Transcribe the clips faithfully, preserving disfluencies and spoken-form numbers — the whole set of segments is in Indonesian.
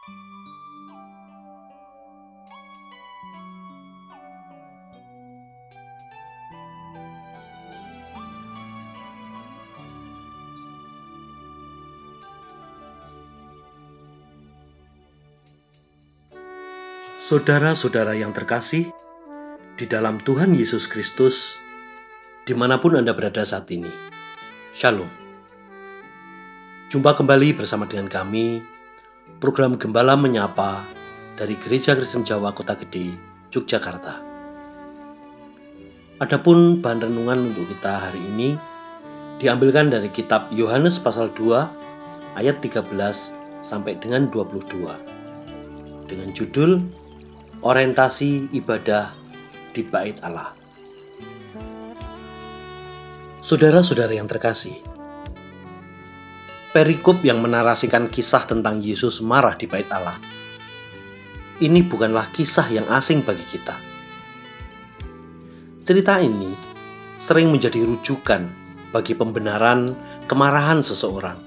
Saudara-saudara yang terkasih, di dalam Tuhan Yesus Kristus, dimanapun Anda berada saat ini, Shalom. Jumpa kembali bersama dengan kami, program Gembala Menyapa dari Gereja Kristen Jawa Kota Gede, Yogyakarta. Adapun bahan renungan untuk kita hari ini diambilkan dari kitab Yohanes pasal dua ayat tiga belas sampai dengan dua puluh dua dengan judul Orientasi Ibadah di Bait Allah. Saudara-saudara yang terkasih, perikop yang menarasikan kisah tentang Yesus marah di Bait Allah ini bukanlah kisah yang asing bagi kita. Cerita ini sering menjadi rujukan bagi pembenaran kemarahan seseorang.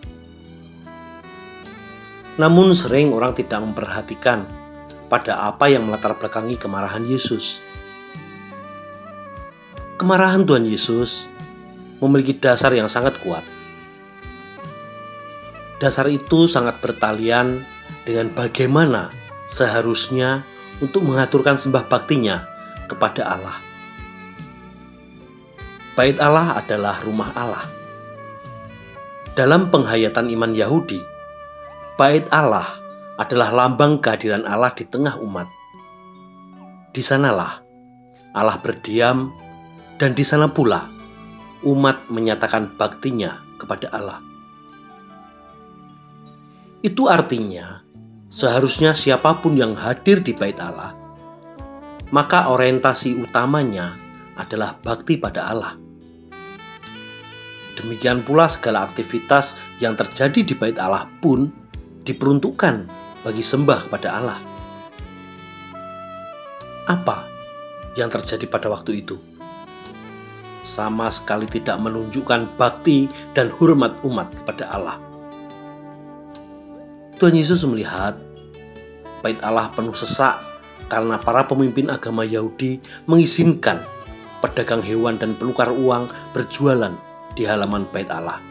Namun sering orang tidak memperhatikan pada apa yang melatar belakangi kemarahan Yesus. Kemarahan Tuhan Yesus memiliki dasar yang sangat kuat. Dasar itu sangat bertalian dengan bagaimana seharusnya untuk mengaturkan sembah baktinya kepada Allah. Bait Allah adalah rumah Allah. Dalam penghayatan iman Yahudi, Bait Allah adalah lambang kehadiran Allah di tengah umat. Di sanalah Allah berdiam, dan di sana pula umat menyatakan baktinya kepada Allah. Itu artinya seharusnya siapapun yang hadir di Bait Allah, maka orientasi utamanya adalah bakti pada Allah. Demikian pula segala aktivitas yang terjadi di Bait Allah pun diperuntukkan bagi sembah kepada Allah. Apa yang terjadi pada waktu itu? Sama sekali tidak menunjukkan bakti dan hormat umat kepada Allah. Tuhan Yesus melihat Bait Allah penuh sesak karena para pemimpin agama Yahudi mengizinkan pedagang hewan dan penukar uang berjualan di halaman Bait Allah.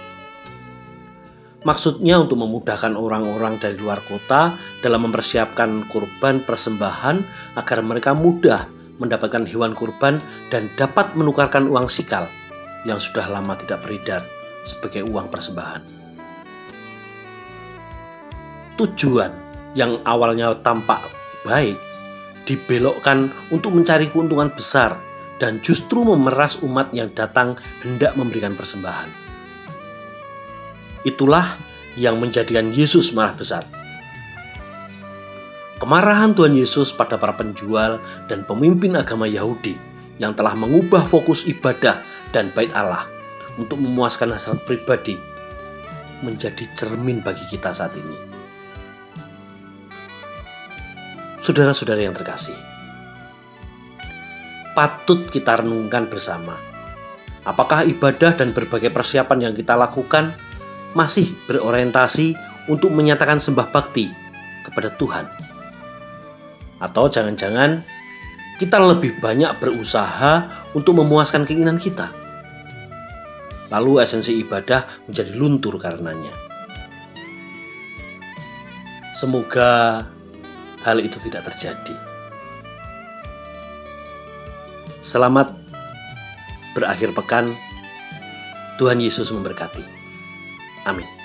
Maksudnya untuk memudahkan orang-orang dari luar kota dalam mempersiapkan kurban persembahan agar mereka mudah mendapatkan hewan kurban dan dapat menukarkan uang sikal yang sudah lama tidak beredar sebagai uang persembahan. Tujuan yang awalnya tampak baik dibelokkan untuk mencari keuntungan besar dan justru memeras umat yang datang hendak memberikan persembahan. Itulah yang menjadikan Yesus marah besar. Kemarahan Tuhan Yesus pada para penjual dan pemimpin agama Yahudi yang telah mengubah fokus ibadah dan Bait Allah untuk memuaskan hasrat pribadi menjadi cermin bagi kita saat ini. Saudara-saudara yang terkasih, patut kita renungkan bersama, apakah ibadah dan berbagai persiapan yang kita lakukan masih berorientasi untuk menyatakan sembah bakti kepada Tuhan? Atau jangan-jangan kita lebih banyak berusaha untuk memuaskan keinginan kita, lalu esensi ibadah menjadi luntur karenanya. Semoga hal itu tidak terjadi. Selamat berakhir pekan. Tuhan Yesus memberkati. Amin.